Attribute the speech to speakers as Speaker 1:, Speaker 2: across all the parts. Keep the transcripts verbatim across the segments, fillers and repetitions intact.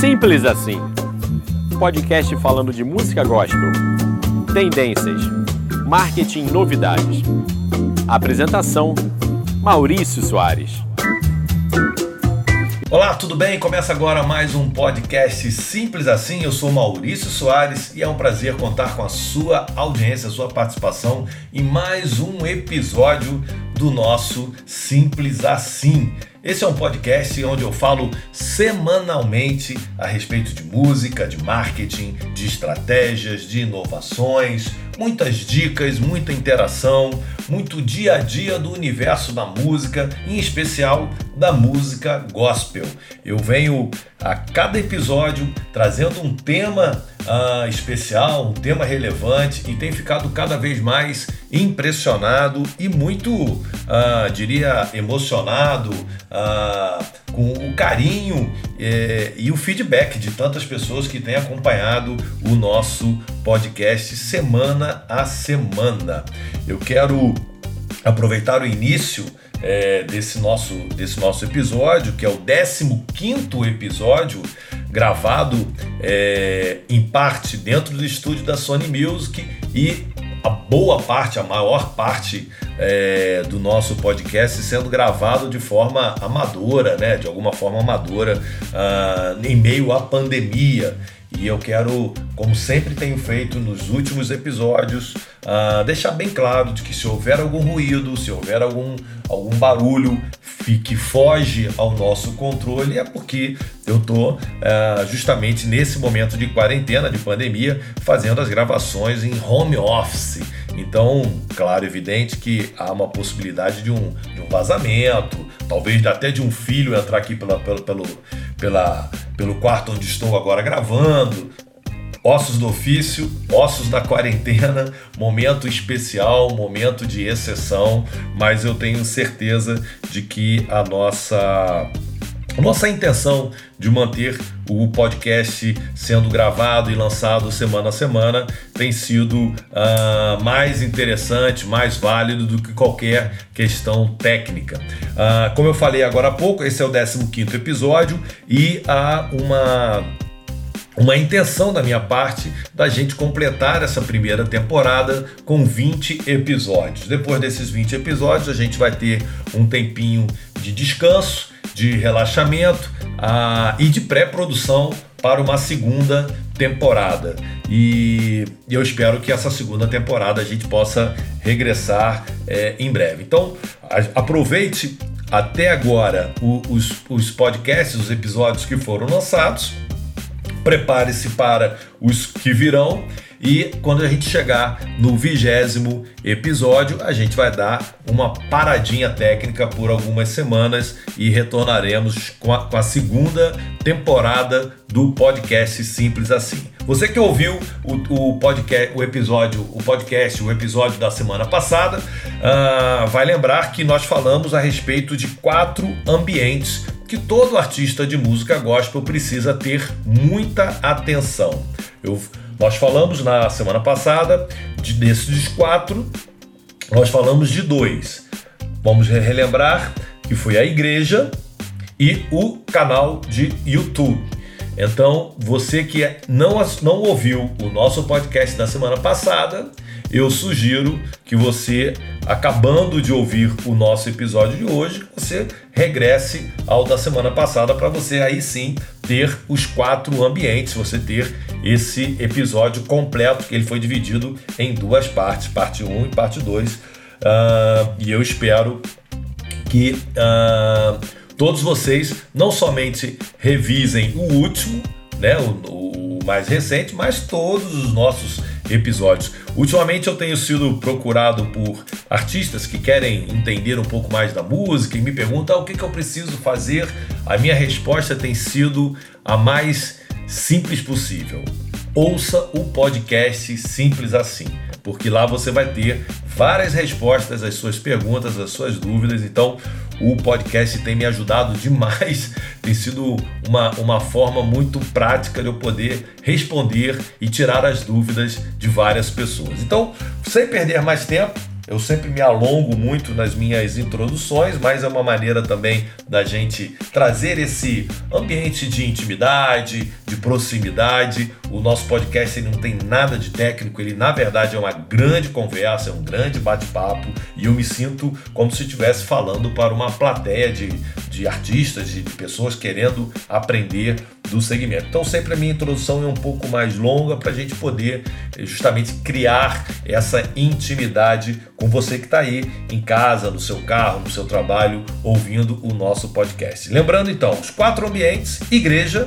Speaker 1: Simples assim. Podcast falando de música gospel, tendências, marketing, novidades. Apresentação: Maurício Soares.
Speaker 2: Olá, tudo bem? Começa agora mais um podcast Simples Assim. Eu sou Maurício Soares e é um prazer contar com a sua audiência, a sua participação em mais um episódio do nosso Simples Assim. Esse é um podcast onde eu falo semanalmente a respeito de música, de marketing, de estratégias, de inovações, muitas dicas, muita interação, muito dia a dia do universo da música, em especial da música gospel. Eu venho a cada episódio trazendo um tema uh, especial, um tema relevante, e tenho ficado cada vez mais impressionado e muito, uh, diria, emocionado uh, com o carinho eh, e o feedback de tantas pessoas que têm acompanhado o nosso podcast semana a semana. Eu quero aproveitar o início É, desse, nosso, desse nosso episódio, que é o décimo quinto episódio, gravado é, em parte dentro do estúdio da Sony Music, e a boa parte, a maior parte é, do nosso podcast sendo gravado de forma amadora, né? De alguma forma amadora, ah, em meio à pandemia. E eu quero, como sempre tenho feito nos últimos episódios, uh, deixar bem claro de que se houver algum ruído, se houver algum, algum barulho que foge ao nosso controle, é porque eu estou uh, justamente nesse momento de quarentena, de pandemia, fazendo as gravações em home office. Então, claro, evidente que há uma possibilidade de um, de um vazamento, talvez até de um filho entrar aqui pela, pela, pelo, pela, pelo quarto onde estou agora gravando. Ossos do ofício, ossos da quarentena, momento especial, momento de exceção, mas eu tenho certeza de que a nossa... Nossa intenção de manter o podcast sendo gravado e lançado semana a semana tem sido uh, mais interessante, mais válido do que qualquer questão técnica. Uh, como eu falei agora há pouco, esse é o décimo quinto episódio e há uma... Uma intenção da minha parte da gente completar essa primeira temporada com vinte episódios. Depois desses vinte episódios, a gente vai ter um tempinho de descanso, de relaxamento uh, e de pré-produção para uma segunda temporada. E eu espero que essa segunda temporada a gente possa regressar é, em breve. Então, a, aproveite até agora o, os, os podcasts, os episódios que foram lançados. Prepare-se para os que virão e quando a gente chegar no vigésimo episódio, a gente vai dar uma paradinha técnica por algumas semanas e retornaremos com a, com a segunda temporada do podcast Simples Assim. Você que ouviu o, o, podcast, o episódio, o podcast, o episódio da semana passada, uh, vai lembrar que nós falamos a respeito de quatro ambientes que todo artista de música gospel precisa ter muita atenção. Eu, nós falamos na semana passada de, desses quatro, nós falamos de dois. Vamos relembrar que foi a igreja e o canal de YouTube. Então, você que não, não ouviu o nosso podcast da semana passada, eu sugiro que você, acabando de ouvir o nosso episódio de hoje, você regresse ao da semana passada para você aí sim ter os quatro ambientes, você ter esse episódio completo, que ele foi dividido em duas partes, parte um e parte dois. Uh, e eu espero que uh, todos vocês não somente revisem o último, né, o, o mais recente, mas todos os nossos episódios. Ultimamente eu tenho sido procurado por artistas que querem entender um pouco mais da música e me perguntam ah, o que, que eu preciso fazer. A minha resposta tem sido a mais simples possível. Ouça o podcast Simples Assim, porque lá você vai ter várias respostas às suas perguntas, às suas dúvidas. Então o podcast tem me ajudado demais, tem sido uma, uma forma muito prática de eu poder responder e tirar as dúvidas de várias pessoas. Então, sem perder mais tempo, Eu sempre me alongo muito nas minhas introduções, mas é uma maneira também da gente trazer esse ambiente de intimidade, de proximidade. O nosso podcast ele não tem nada de técnico, ele na verdade é uma grande conversa, é um grande bate-papo, e eu me sinto como se estivesse falando para uma plateia de, de artistas, de, de pessoas querendo aprender do segmento. Então sempre a minha introdução é um pouco mais longa para a gente poder justamente criar essa intimidade com você que está aí em casa, no seu carro, no seu trabalho, ouvindo o nosso podcast. Lembrando então, os quatro ambientes: igreja,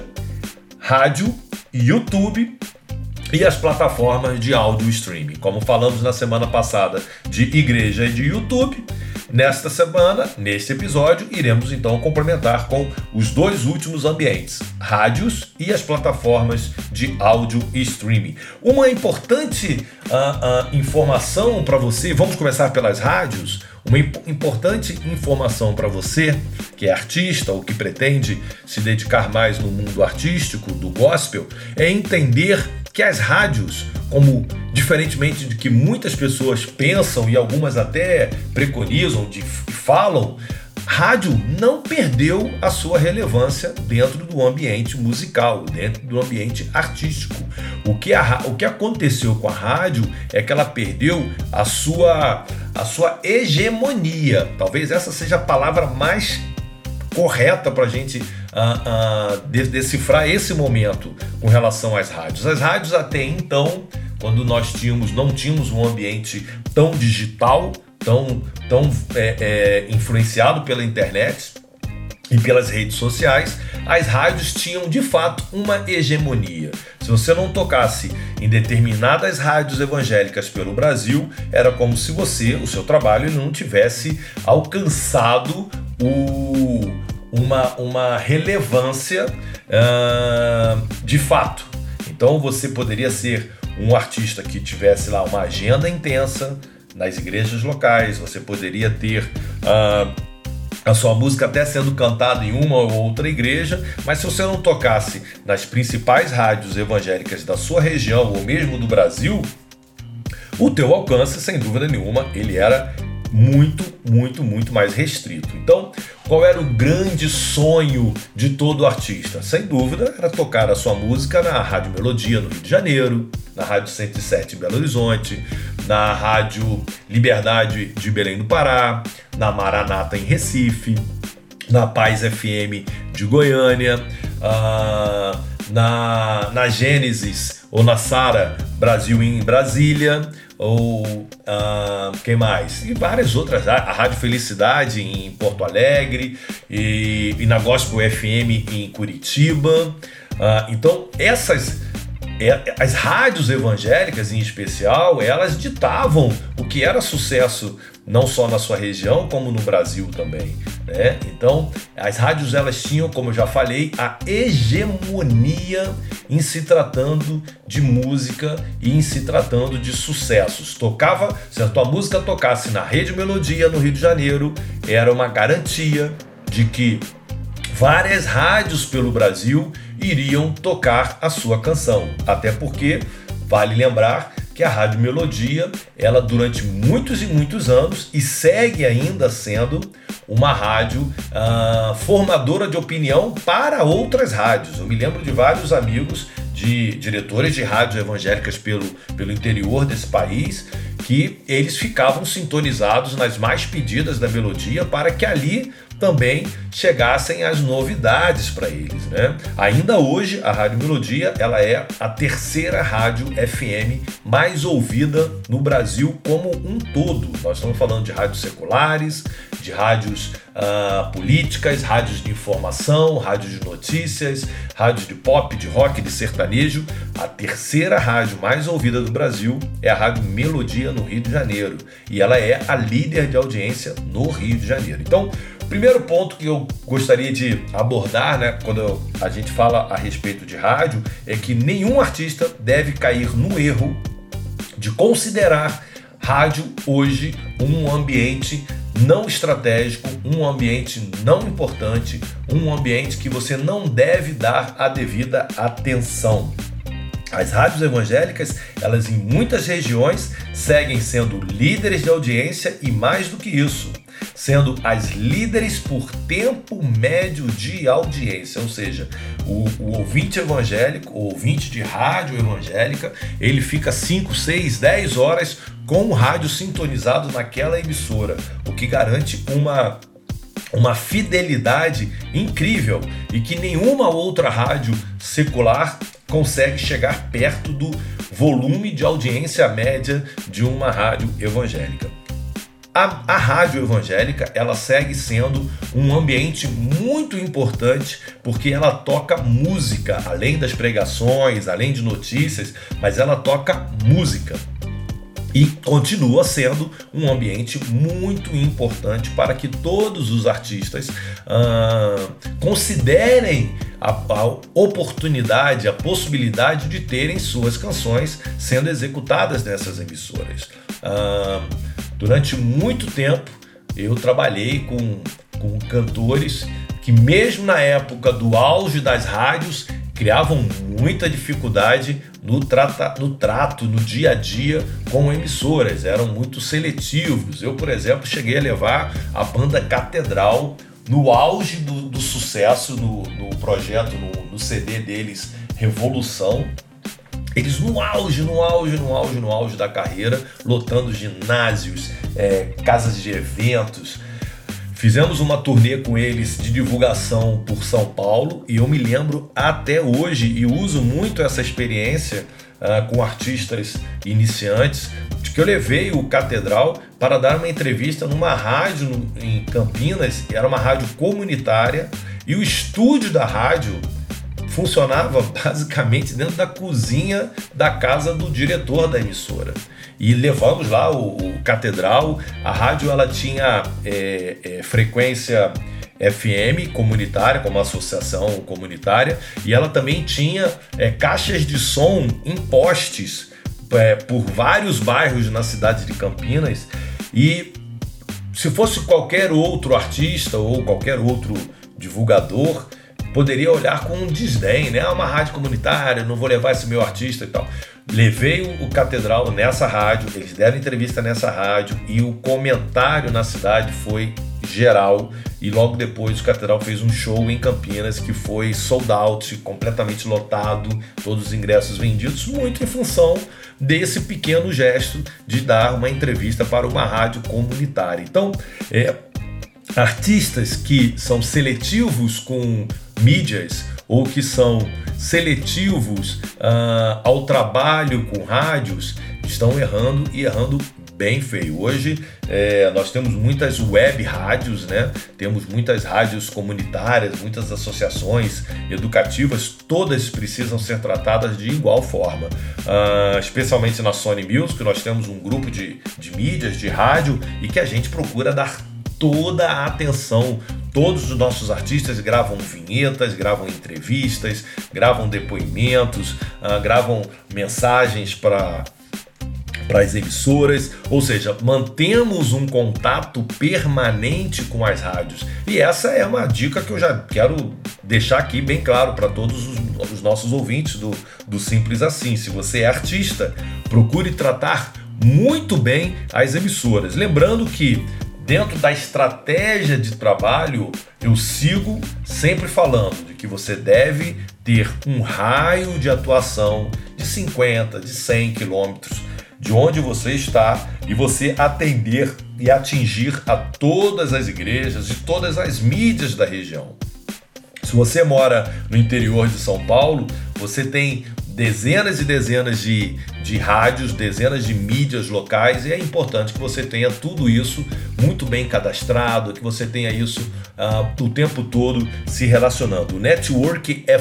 Speaker 2: rádio, YouTube e as plataformas de áudio streaming. Como falamos na semana passada de igreja e de YouTube, nesta semana, neste episódio, iremos então complementar com os dois últimos ambientes, rádios e as plataformas de áudio e streaming. Uma importante uh, uh, informação para você, vamos começar pelas rádios, uma imp- importante informação para você que é artista ou que pretende se dedicar mais no mundo artístico, do gospel, é entender que as rádios, como diferentemente de que muitas pessoas pensam e algumas até preconizam, de, falam, rádio não perdeu a sua relevância dentro do ambiente musical, dentro do ambiente artístico. O que, a, o que aconteceu com a rádio é que ela perdeu a sua, a sua hegemonia. Talvez essa seja a palavra mais correta para a gente uh, uh, decifrar esse momento com relação às rádios. As rádios até então, quando nós tínhamos, não tínhamos um ambiente tão digital, tão, tão é, é, influenciado pela internet e pelas redes sociais, as rádios tinham de fato uma hegemonia. Se você não tocasse em determinadas rádios evangélicas pelo Brasil, era como se você, o seu trabalho, não tivesse alcançado o, uma, uma relevância uh, de fato. Então você poderia ser um artista que tivesse lá uma agenda intensa nas igrejas locais, você poderia ter uh, a sua música até sendo cantada em uma ou outra igreja, mas se você não tocasse nas principais rádios evangélicas da sua região ou mesmo do Brasil, o teu alcance, sem dúvida nenhuma, ele era muito, muito, muito mais restrito. Então, qual era o grande sonho de todo artista? Sem dúvida, era tocar a sua música na Rádio Melodia, no Rio de Janeiro, na Rádio cento e sete em Belo Horizonte, na Rádio Liberdade de Belém do Pará, na Maranata em Recife, na Paz F M de Goiânia, uh, na, na Gênesis ou na Sara Brasil em Brasília, ou uh, quem mais? E várias outras, a Rádio Felicidade em Porto Alegre e, e na Gospel F M em Curitiba. Uh, então essas É, as rádios evangélicas em especial, elas ditavam o que era sucesso não só na sua região, como no Brasil também, né? Então, as rádios elas tinham, como eu já falei, a hegemonia em se tratando de música e em se tratando de sucessos. Tocava, se a tua música tocasse na Rede Melodia, no Rio de Janeiro, era uma garantia de que várias rádios pelo Brasil iriam tocar a sua canção. Até porque, vale lembrar que a Rádio Melodia, ela durante muitos e muitos anos, e segue ainda sendo uma rádio uh, formadora de opinião para outras rádios. Eu me lembro de vários amigos, de diretores de rádios evangélicas pelo, pelo interior desse país, que eles ficavam sintonizados nas mais pedidas da Melodia para que ali também chegassem as novidades para eles, né? Ainda hoje, a Rádio Melodia ela é a terceira rádio F M mais ouvida no Brasil como um todo. Nós estamos falando de rádios seculares, de rádios uh, políticas, rádios de informação, rádios de notícias, rádios de pop, de rock, de sertanejo. A terceira rádio mais ouvida do Brasil é a Rádio Melodia no Rio de Janeiro, e ela é a líder de audiência no Rio de Janeiro. Então, o primeiro ponto que eu gostaria de abordar, né, quando a gente fala a respeito de rádio, é que nenhum artista deve cair no erro de considerar rádio hoje um ambiente não estratégico, um ambiente não importante, um ambiente que você não deve dar a devida atenção. As rádios evangélicas, elas em muitas regiões seguem sendo líderes de audiência e mais do que isso, sendo as líderes por tempo médio de audiência, ou seja, o, o ouvinte evangélico, o ouvinte de rádio evangélica, ele fica cinco, seis, dez horas com o rádio sintonizado naquela emissora, o que garante uma, uma fidelidade incrível e que nenhuma outra rádio secular consegue chegar perto do volume de audiência média de uma rádio evangélica. A, a rádio evangélica, ela segue sendo um ambiente muito importante porque ela toca música, além das pregações, além de notícias, mas ela toca música. E continua sendo um ambiente muito importante para que todos os artistas ah, considerem a, a oportunidade, a possibilidade de terem suas canções sendo executadas nessas emissoras. Ah, durante muito tempo eu trabalhei com, com cantores que mesmo na época do auge das rádios criavam muita dificuldade no, trata, no trato, no dia a dia com emissoras, eram muito seletivos. Eu, por exemplo, cheguei a levar a banda Catedral no auge do, do sucesso, no, no projeto, no, no C D deles, Revolução. Eles no auge, no auge, no auge, no auge da carreira, lotando ginásios, é, casas de eventos. Fizemos uma turnê com eles de divulgação por São Paulo e eu me lembro até hoje e uso muito essa experiência uh, com artistas iniciantes, de que eu levei o Catedral para dar uma entrevista numa rádio no, em Campinas, era uma rádio comunitária e o estúdio da rádio funcionava basicamente dentro da cozinha da casa do diretor da emissora. E levamos lá o, o Catedral, a rádio ela tinha é, é, frequência F M comunitária, como associação comunitária, e ela também tinha é, caixas de som em postes é, por vários bairros na cidade de Campinas. E se fosse qualquer outro artista ou qualquer outro divulgador, poderia olhar com um desdém, né? Ah, uma rádio comunitária, não vou levar esse meu artista e tal. Levei o Catedral nessa rádio, eles deram entrevista nessa rádio e o comentário na cidade foi geral. E logo depois o Catedral fez um show em Campinas que foi sold out, completamente lotado, todos os ingressos vendidos, muito em função desse pequeno gesto de dar uma entrevista para uma rádio comunitária. Então, é, artistas que são seletivos com mídias ou que são seletivos uh, ao trabalho com rádios estão errando e errando bem feio. Hoje é, nós temos muitas web rádios, né? Temos muitas rádios comunitárias, muitas associações educativas, todas precisam ser tratadas de igual forma. Uh, especialmente na Sony Music, nós temos um grupo de, de mídias, de rádio, e que a gente procura dar toda a atenção. Todos os nossos artistas gravam vinhetas, gravam entrevistas, gravam depoimentos, uh, gravam mensagens para para as emissoras, ou seja, mantemos um contato permanente com as rádios. E essa é uma dica que eu já quero deixar aqui bem claro para todos os, os nossos ouvintes do, do Simples Assim. Se você é artista, procure tratar muito bem as emissoras. Lembrando que dentro da estratégia de trabalho, eu sigo sempre falando de que você deve ter um raio de atuação de cinquenta, de cem quilômetros de onde você está e você atender e atingir a todas as igrejas e todas as mídias da região. Se você mora no interior de São Paulo, você tem dezenas e dezenas de, de rádios, dezenas de mídias locais, e é importante que você tenha tudo isso muito bem cadastrado, que você tenha isso uh, o tempo todo se relacionando. O network é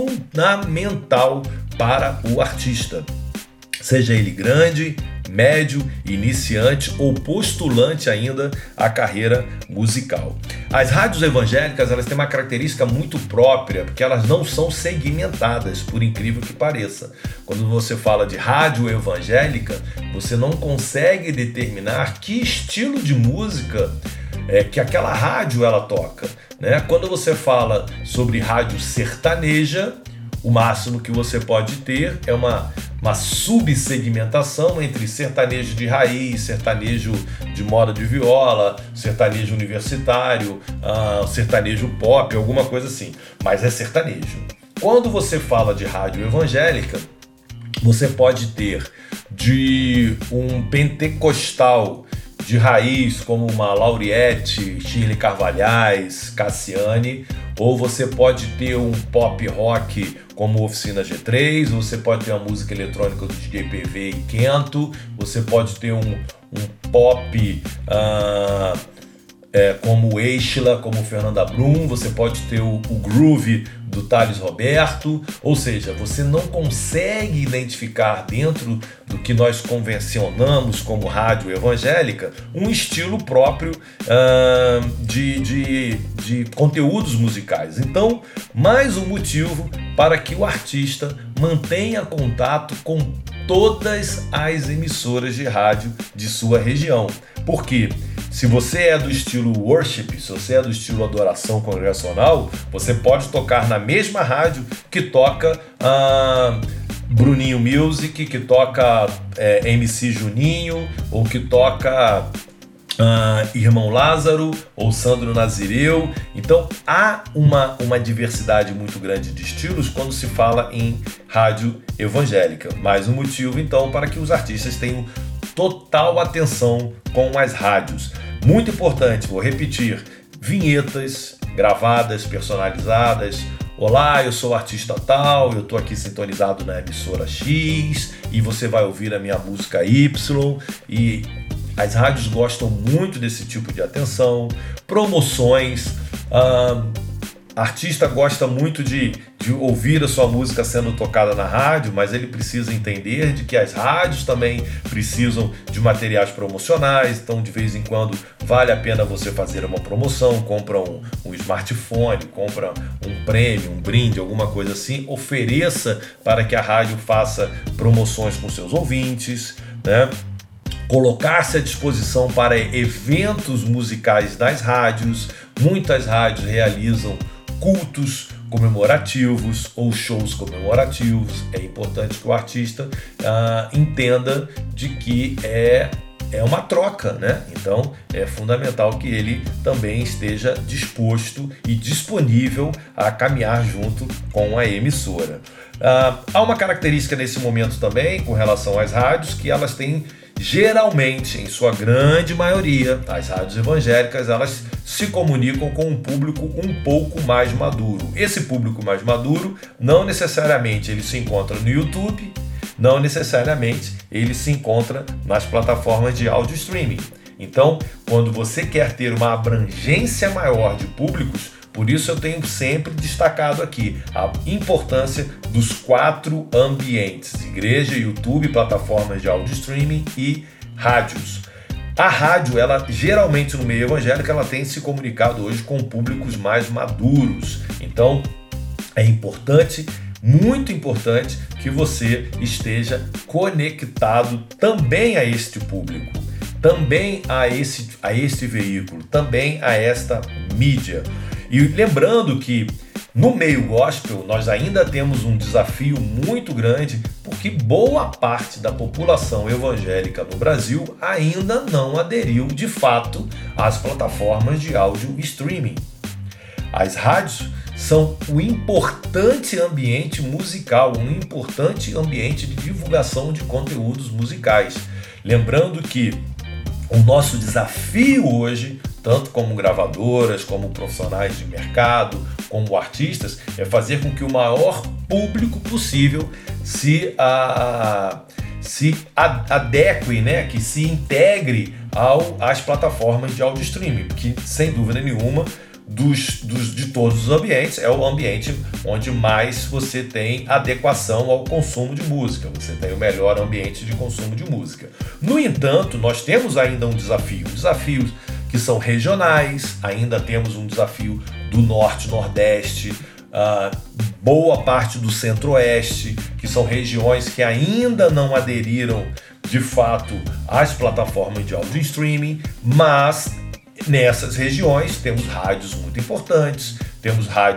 Speaker 2: fundamental para o artista, seja ele grande, médio, iniciante ou postulante ainda à carreira musical. As rádios evangélicas, elas têm uma característica muito própria, porque elas não são segmentadas, por incrível que pareça. Quando você fala de rádio evangélica, você não consegue determinar que estilo de música é, que aquela rádio ela toca, né? Quando você fala sobre rádio sertaneja, o máximo que você pode ter é uma, uma subsegmentação entre sertanejo de raiz, sertanejo de moda de viola, sertanejo universitário, uh, sertanejo pop, alguma coisa assim. Mas é sertanejo. Quando você fala de rádio evangélica, você pode ter de um pentecostal de raiz, como uma Lauriette, Shirley Carvalhais, Cassiane, ou você pode ter um pop rock como Oficina G três, você pode ter uma música eletrônica do D J P V e Kento, você pode ter um, um pop uh, é, comoEixla, como Fernanda Brum, você pode ter o, o groove do Thales Roberto, ou seja, você não consegue identificar dentro do que nós convencionamos como rádio evangélica um estilo próprio uh, de, de, de conteúdos musicais. Então, mais um motivo para que o artista mantenha contato com todas as emissoras de rádio de sua região. Por quê? Se você é do estilo worship, se você é do estilo adoração congregacional, você pode tocar na mesma rádio que toca uh, Bruninho Music, que toca uh, M C Juninho, ou que toca uh, Irmão Lázaro, ou Sandro Nazireu. Então há uma, uma diversidade muito grande de estilos quando se fala em rádio evangélica. Mais um motivo, então, para que os artistas tenham total atenção com as rádios. Muito importante, vou repetir, vinhetas gravadas, personalizadas. Olá, eu sou o artista tal, eu estou aqui sintonizado na emissora X e você vai ouvir a minha música Y. E as rádios gostam muito desse tipo de atenção. Promoções, ah, artista gosta muito de, de ouvir a sua música sendo tocada na rádio, mas ele precisa entender de que as rádios também precisam de materiais promocionais, então de vez em quando vale a pena você fazer uma promoção, compra um, um smartphone, compra um prêmio, um brinde, alguma coisa assim, ofereça para que a rádio faça promoções com seus ouvintes, né? Colocar-se à disposição para eventos musicais nas rádios. Muitas rádios realizam cultos comemorativos ou shows comemorativos. É importante que o artista uh, entenda de que é, é uma troca, né? Então é fundamental que ele também esteja disposto e disponível a caminhar junto com a emissora. Uh, há uma característica nesse momento também com relação às rádios, que elas têm geralmente, em sua grande maioria, as rádios evangélicas, elas se comunicam com um público um pouco mais maduro. Esse público mais maduro, não necessariamente ele se encontra no YouTube, não necessariamente ele se encontra nas plataformas de áudio streaming. Então, quando você quer ter uma abrangência maior de públicos, por isso eu tenho sempre destacado aqui a importância dos quatro ambientes: igreja, YouTube, plataformas de áudio streaming e rádios. A rádio, ela geralmente no meio evangélico, ela tem se comunicado hoje com públicos mais maduros. Então é importante, muito importante, que você esteja conectado também a este público, também a esse, a este veículo, também a esta mídia. E lembrando que no meio gospel nós ainda temos um desafio muito grande, porque boa parte da população evangélica no Brasil ainda não aderiu de fato às plataformas de áudio streaming. As rádios são um importante ambiente musical, um importante ambiente de divulgação de conteúdos musicais. Lembrando que o nosso desafio hoje, tanto como gravadoras, como profissionais de mercado, como artistas, é fazer com que o maior público possível se, a, se adeque, né? Que se integre ao, às plataformas de áudio streaming, que sem dúvida nenhuma, dos, dos, de todos os ambientes, é o ambiente onde mais você tem adequação ao consumo de música, você tem o melhor ambiente de consumo de música. No entanto, nós temos ainda um desafio, desafios que são regionais, ainda temos um desafio do norte, nordeste, uh, boa parte do centro-oeste, que são regiões que ainda não aderiram de fato às plataformas de áudio streaming, mas nessas regiões temos rádios muito importantes, temos rádios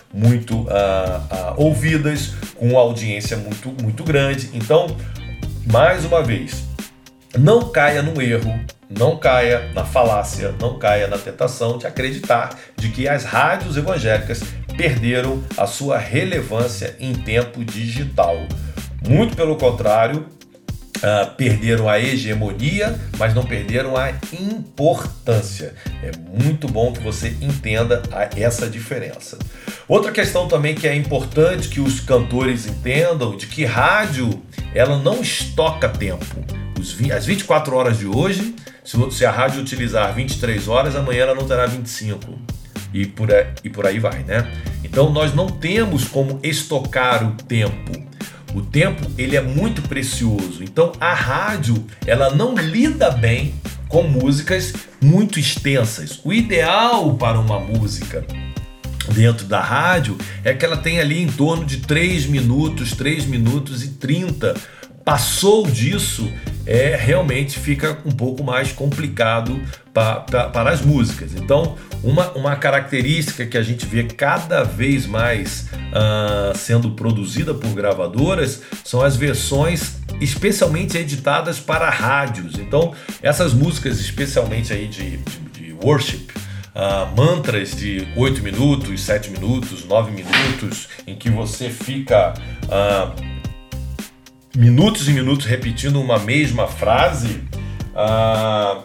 Speaker 2: muito uh, uh, ouvidas, com audiência muito, muito grande. Então, mais uma vez, não caia no erro, não caia na falácia, não caia na tentação de acreditar de que as rádios evangélicas perderam a sua relevância em tempo digital. Muito pelo contrário, uh, perderam a hegemonia, mas não perderam a importância. É muito bom que você entenda a, essa diferença. Outra questão também que é importante que os cantores entendam, de que rádio ela não estoca tempo. Os, as vinte e quatro horas de hoje, se, se a rádio utilizar vinte e três horas, amanhã ela não terá vinte e cinco. E por, aí, e por aí vai, né? Então nós não temos como estocar o tempo. O tempo ele é muito precioso. Então a rádio ela não lida bem com músicas muito extensas. O ideal para uma música dentro da rádio é que ela tenha ali em torno de três minutos, três minutos e trinta. Passou disso, é, realmente fica um pouco mais complicado pa, pa, para as músicas. Então, uma, uma característica que a gente vê cada vez mais uh, sendo produzida por gravadoras são as versões especialmente editadas para rádios. Então, essas músicas especialmente aí de, de, de worship, uh, mantras de oito minutos, sete minutos, nove minutos, em que você fica... Uh, minutos e minutos repetindo uma mesma frase, ah,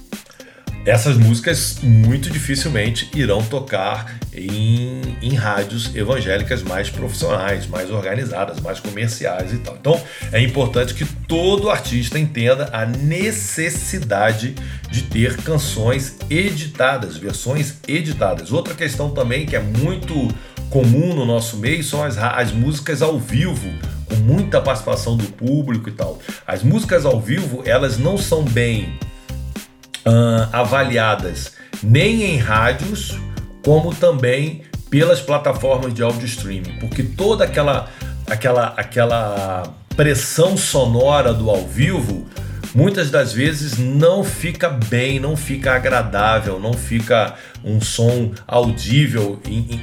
Speaker 2: essas músicas muito dificilmente irão tocar em, em rádios evangélicas mais profissionais, mais organizadas, mais comerciais e tal. Então é importante que todo artista entenda a necessidade de ter canções editadas, versões editadas. Outra questão também que é muito comum no nosso meio são as, as músicas ao vivo, com muita participação do público e tal. As músicas ao vivo, elas não são bem uh, avaliadas nem em rádios, como também pelas plataformas de áudio streaming, porque toda aquela, aquela, aquela pressão sonora do ao vivo, muitas das vezes não fica bem, não fica agradável, não fica um som audível,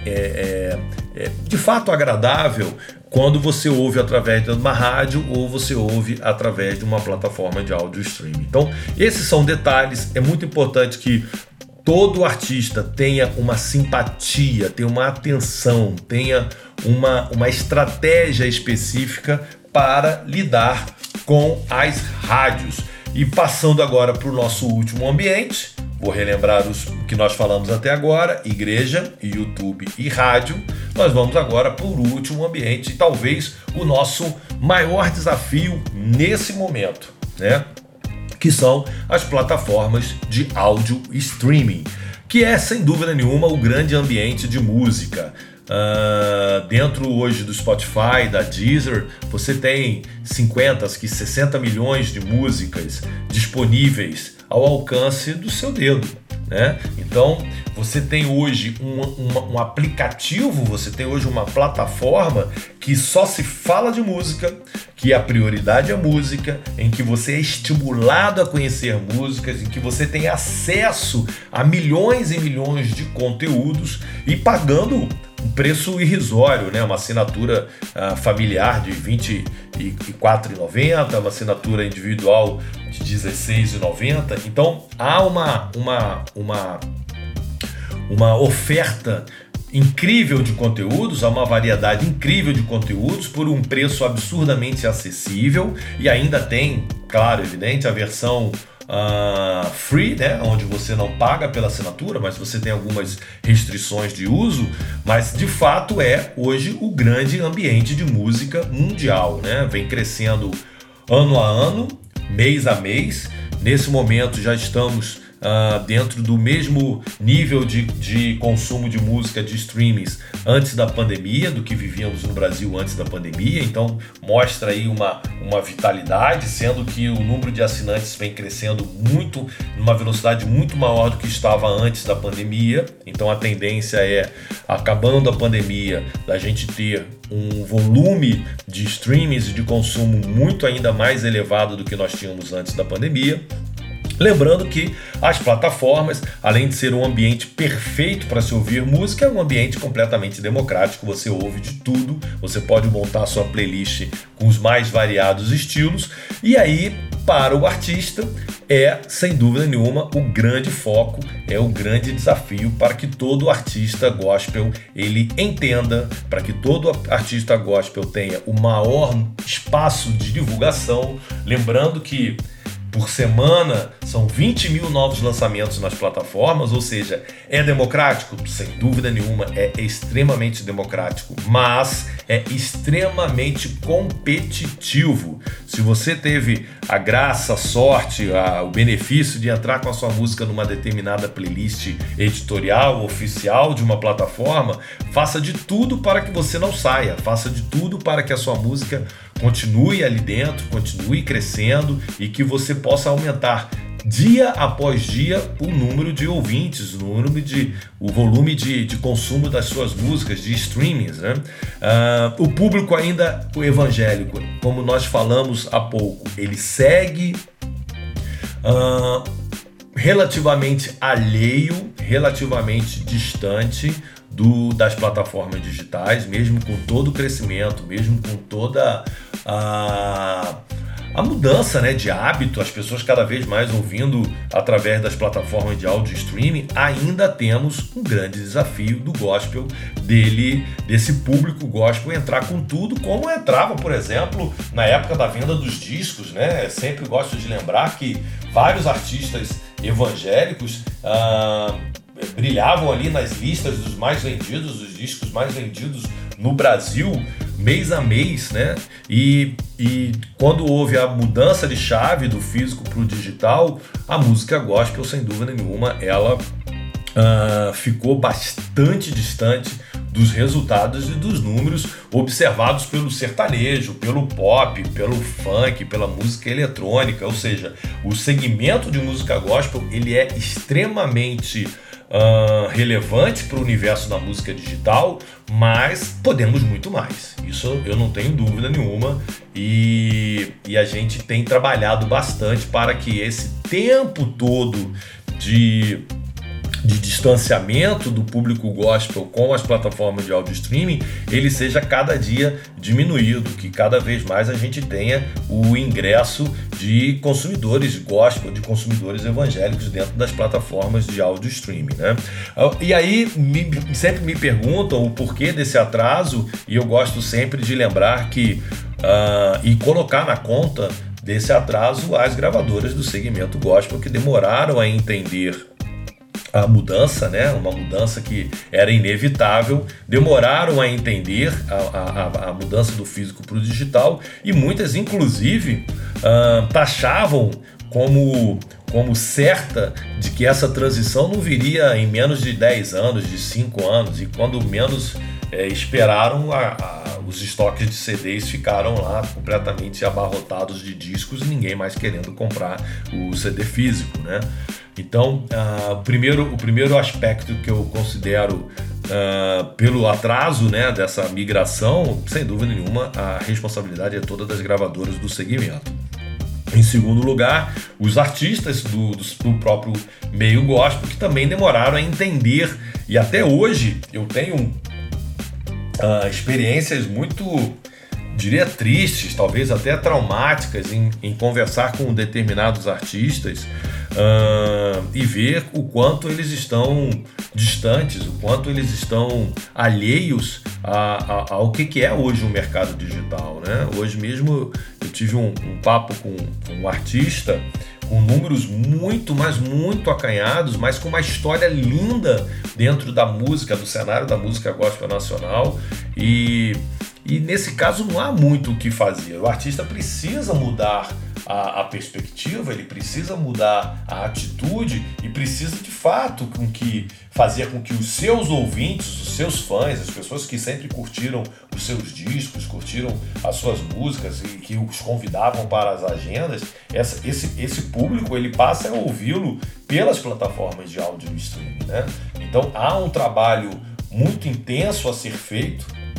Speaker 2: é, é, é, de fato agradável, quando você ouve através de uma rádio ou você ouve através de uma plataforma de áudio streaming. Então, esses são detalhes. É muito importante que todo artista tenha uma simpatia, tenha uma atenção, tenha uma, uma estratégia específica para lidar com as rádios. E passando agora para o nosso último ambiente, vou relembrar os que nós falamos até agora: igreja, YouTube e rádio. Nós vamos agora para o último ambiente e talvez o nosso maior desafio nesse momento, né? Que são as plataformas de áudio streaming, que é sem dúvida nenhuma o grande ambiente de música. Uh, dentro hoje do Spotify, da Deezer, você tem cinquenta, sessenta milhões de músicas disponíveis ao alcance do seu dedo, né? Então você tem hoje um, um, um aplicativo, você tem hoje uma plataforma que só se fala de música, que a prioridade é música, em que você é estimulado a conhecer músicas, em que você tem acesso a milhões e milhões de conteúdos e pagando um preço irrisório, né? Uma assinatura uh, familiar de vinte e quatro reais e noventa centavos, uma assinatura individual de dezesseis reais e noventa centavos. Então há uma, uma, uma, uma oferta incrível de conteúdos, há uma variedade incrível de conteúdos por um preço absurdamente acessível, e ainda tem, claro, evidente, a versão Uh, free, né, onde você não paga pela assinatura, mas você tem algumas restrições de uso. Mas de fato é hoje o grande ambiente de música mundial, né? Vem crescendo ano a ano, mês a mês. Nesse momento já estamos Uh, dentro do mesmo nível de, de consumo de música de streamings antes da pandemia, do que vivíamos no Brasil antes da pandemia. Então mostra aí uma, uma vitalidade, sendo que o número de assinantes vem crescendo muito, numa velocidade muito maior do que estava antes da pandemia. Então a tendência é, acabando a pandemia, da gente ter um volume de streamings e de consumo muito ainda mais elevado do que nós tínhamos antes da pandemia. Lembrando que as plataformas, além de ser um ambiente perfeito para se ouvir música, é um ambiente completamente democrático, você ouve de tudo, você pode montar a sua playlist com os mais variados estilos, e aí, para o artista, é, sem dúvida nenhuma, o grande foco, é o grande desafio para que todo artista gospel ele entenda, para que todo artista gospel tenha o maior espaço de divulgação, lembrando que por semana são vinte mil novos lançamentos nas plataformas, ou seja, é democrático? Sem dúvida nenhuma, é extremamente democrático, mas é extremamente competitivo. Se você teve a graça, a sorte, a, o benefício de entrar com a sua música numa determinada playlist editorial, oficial de uma plataforma, faça de tudo para que você não saia, faça de tudo para que a sua música continue ali dentro, continue crescendo e que você possa aumentar dia após dia o número de ouvintes, o número de, o volume de, de consumo das suas músicas, de streamings, né? Uh, o público ainda, o evangélico, como nós falamos há pouco, ele segue uh, relativamente alheio, relativamente distante Do, das plataformas digitais, mesmo com todo o crescimento, mesmo com toda a, a mudança, né, de hábito, as pessoas cada vez mais ouvindo através das plataformas de áudio streaming, ainda temos um grande desafio do gospel, dele, desse público gospel entrar com tudo, como entrava, por exemplo, na época da venda dos discos, né? Sempre gosto de lembrar que vários artistas evangélicos ah, brilhavam ali nas listas dos mais vendidos, dos discos mais vendidos no Brasil, mês a mês, né? E, e quando houve a mudança de chave do físico para o digital, a música gospel, sem dúvida nenhuma, ela uh, ficou bastante distante dos resultados e dos números observados pelo sertanejo, pelo pop, pelo funk, pela música eletrônica. Ou seja, o segmento de música gospel ele é extremamente Uh, relevante para o universo da música digital, mas podemos muito mais. Isso eu não tenho dúvida nenhuma e, e a gente tem trabalhado bastante para que esse tempo todo de, de distanciamento do público gospel com as plataformas de áudio streaming, ele seja cada dia diminuído, que cada vez mais a gente tenha o ingresso de consumidores gospel, de consumidores evangélicos dentro das plataformas de áudio streaming, né? E aí me, sempre me perguntam o porquê desse atraso, e eu gosto sempre de lembrar que uh, e colocar na conta desse atraso as gravadoras do segmento gospel que demoraram a entender a mudança, né? Uma mudança que era inevitável, demoraram a entender a, a, a mudança do físico para o digital e muitas, inclusive, uh, taxavam como, como certa de que essa transição não viria em menos de dez anos, de cinco anos, e quando menos é, esperaram, a, a, os estoques de C Ds ficaram lá completamente abarrotados de discos e ninguém mais querendo comprar o C D físico, né? Então, uh, primeiro, o primeiro aspecto que eu considero uh, pelo atraso, né, dessa migração, sem dúvida nenhuma, a responsabilidade é toda das gravadoras do segmento. Em segundo lugar, os artistas do, do, do próprio meio gospel que também demoraram a entender, e até hoje eu tenho uh, experiências muito, diria, tristes, talvez até traumáticas em, em conversar com determinados artistas uh, e ver o quanto eles estão distantes, o quanto eles estão alheios a, a, ao que, que é hoje o mercado digital, né? Hoje mesmo eu tive um, um papo com, com um artista com números muito, mas muito acanhados, mas com uma história linda dentro da música, do cenário da música gospel nacional, e E nesse caso não há muito o que fazer. O artista precisa mudar a, a perspectiva, ele precisa mudar a atitude e precisa de fato com que, fazer com que os seus ouvintes, os seus fãs, as pessoas que sempre curtiram os seus discos, curtiram as suas músicas e que os convidavam para as agendas, essa, esse, esse público ele passa a ouvi-lo pelas plataformas de áudio streaming, né? Então há um trabalho muito intenso a ser feito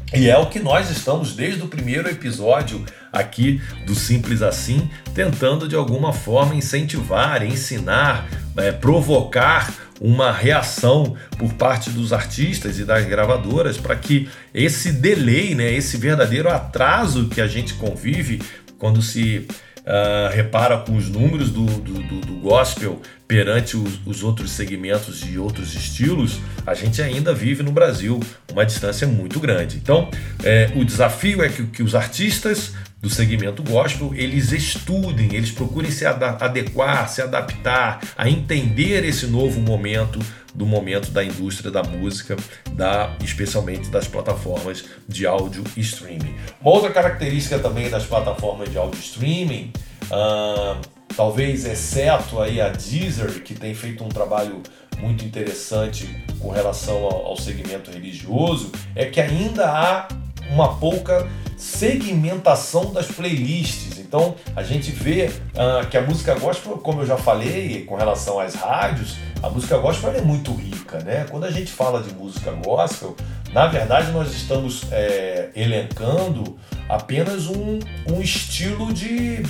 Speaker 2: E é o que nós estamos desde o primeiro episódio aqui do Simples Assim, tentando de alguma forma incentivar, ensinar, é, provocar uma reação por parte dos artistas e das gravadoras para que esse delay, né, esse verdadeiro atraso que a gente convive quando se uh, repara com os números do, do, do, do gospel perante os, os outros segmentos de outros estilos, a gente ainda vive no Brasil uma distância muito grande. Então, é, o desafio é que, que os artistas do segmento gospel, eles estudem, eles procurem se adequar, se adaptar, a entender esse novo momento, do momento da indústria da música, da, especialmente das plataformas de áudio e streaming. Uma outra característica também das plataformas de áudio e streaming, uh, talvez exceto aí a Deezer, que tem feito um trabalho muito interessante com relação ao, ao segmento religioso, é que ainda há uma pouca segmentação das playlists. Então a gente vê uh, que a música gospel, como eu já falei com relação às rádios, a música gospel é muito rica, né? Quando a gente fala de música gospel, na verdade nós estamos é, elencando apenas um, um estilo de,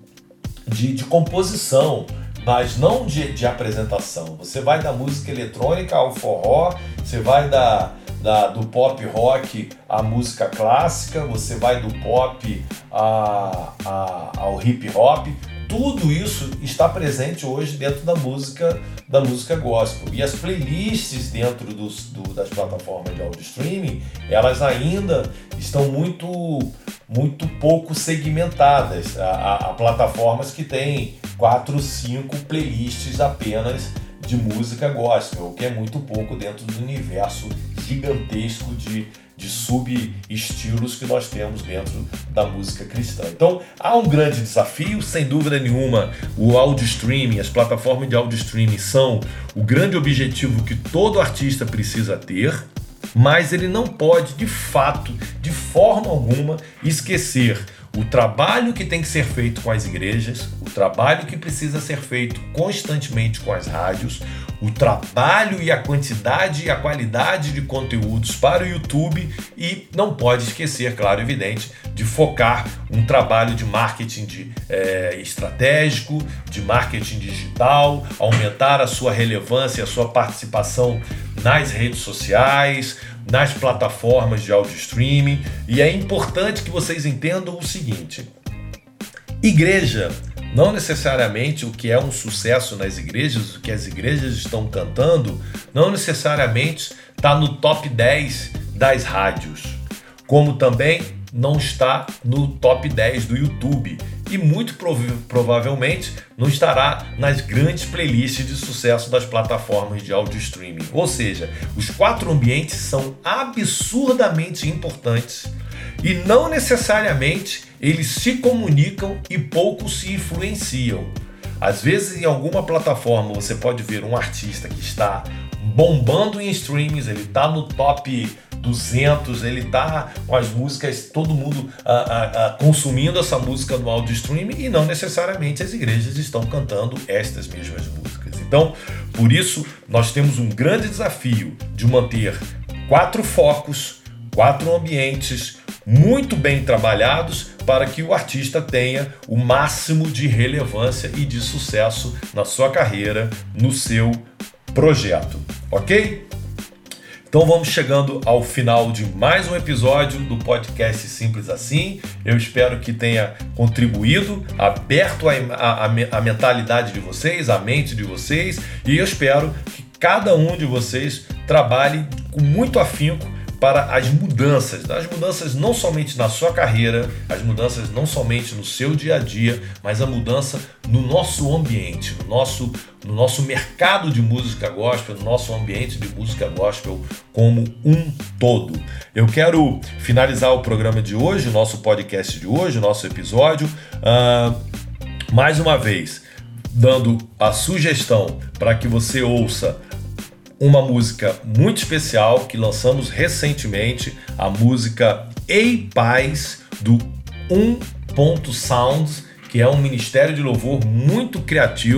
Speaker 2: de, de composição, mas não de, de apresentação. Você vai da música eletrônica ao forró, você vai da Da, do pop rock à música clássica, você vai do pop a, a, ao hip hop, tudo isso está presente hoje dentro da música, da música gospel. E as playlists dentro dos, do, das plataformas de audio streaming, elas ainda estão muito, muito pouco segmentadas. Há, há plataformas que têm quatro, cinco playlists apenas de música gospel, o que é muito pouco dentro do universo gigantesco de, de sub-estilos que nós temos dentro da música cristã. Então, há um grande desafio, sem dúvida nenhuma. O áudio streaming, as plataformas de áudio streaming são o grande objetivo que todo artista precisa ter, mas ele não pode, de fato, de forma alguma, esquecer o trabalho que tem que ser feito com as igrejas, o trabalho que precisa ser feito constantemente com as rádios, o trabalho e a quantidade e a qualidade de conteúdos para o YouTube, e não pode esquecer, claro, evidente, de focar um trabalho de marketing de, é, estratégico, de marketing digital, aumentar a sua relevância e a sua participação nas redes sociais, nas plataformas de áudio streaming. E é importante que vocês entendam o seguinte: igreja, não necessariamente o que é um sucesso nas igrejas, o que as igrejas estão cantando, não necessariamente está no top dez das rádios, como também não está no top dez do YouTube e muito prov- provavelmente não estará nas grandes playlists de sucesso das plataformas de áudio streaming. Ou seja, os quatro ambientes são absurdamente importantes e não necessariamente eles se comunicam e pouco se influenciam. Às vezes, em alguma plataforma, você pode ver um artista que está bombando em streamings, ele está no top duzentos, ele está com as músicas, todo mundo ah, ah, ah, consumindo essa música no áudio streaming, e não necessariamente as igrejas estão cantando estas mesmas músicas. Então, por isso, nós temos um grande desafio de manter quatro focos, quatro ambientes muito bem trabalhados para que o artista tenha o máximo de relevância e de sucesso na sua carreira, no seu projeto, ok? Então vamos chegando ao final de mais um episódio do podcast Simples Assim. Eu espero que tenha contribuído, aberto a, a, a mentalidade de vocês, a mente de vocês, e eu espero que cada um de vocês trabalhe com muito afinco para as mudanças, as mudanças não somente na sua carreira, as mudanças não somente no seu dia a dia, mas a mudança no nosso ambiente, no nosso, no nosso mercado de música gospel, no nosso ambiente de música gospel como um todo. Eu quero finalizar o programa de hoje, o nosso podcast de hoje, o nosso episódio, uh, mais uma vez, dando a sugestão para que você ouça uma música muito especial que lançamos recentemente, a música Ei Paz, do Um Ponto Sound, que é um ministério de louvor muito criativo,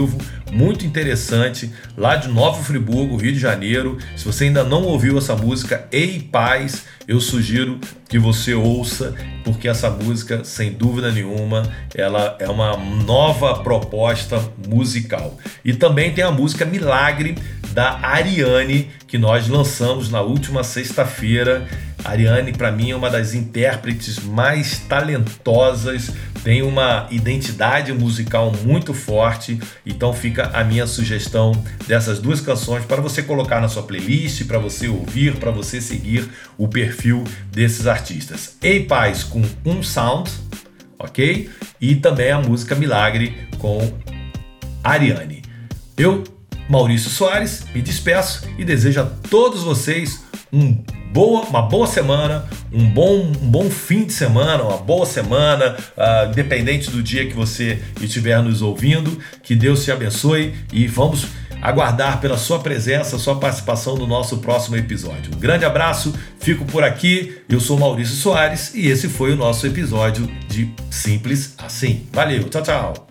Speaker 2: muito interessante, lá de Nova Friburgo, Rio de Janeiro. Se você ainda não ouviu essa música, Ei Paz, eu sugiro que você ouça, porque essa música, sem dúvida nenhuma, ela é uma nova proposta musical. E também tem a música Milagre, da Ariane, que nós lançamos na última sexta-feira. A Ariane, para mim, é uma das intérpretes mais talentosas, tem uma identidade musical muito forte, então fica a minha sugestão dessas duas canções para você colocar na sua playlist, para você ouvir, para você seguir o perfil desses artistas. Ei Paz com Um Sound, ok? E também a música Milagre com Ariane. Eu, Maurício Soares, me despeço e desejo a todos vocês um boa, uma boa semana, um bom, um bom fim de semana, uma boa semana, uh, independente do dia que você estiver nos ouvindo. Que Deus te abençoe e vamos aguardar pela sua presença, sua participação no nosso próximo episódio. Um grande abraço, fico por aqui. Eu sou Maurício Soares e esse foi o nosso episódio de Simples Assim. Valeu, tchau, tchau!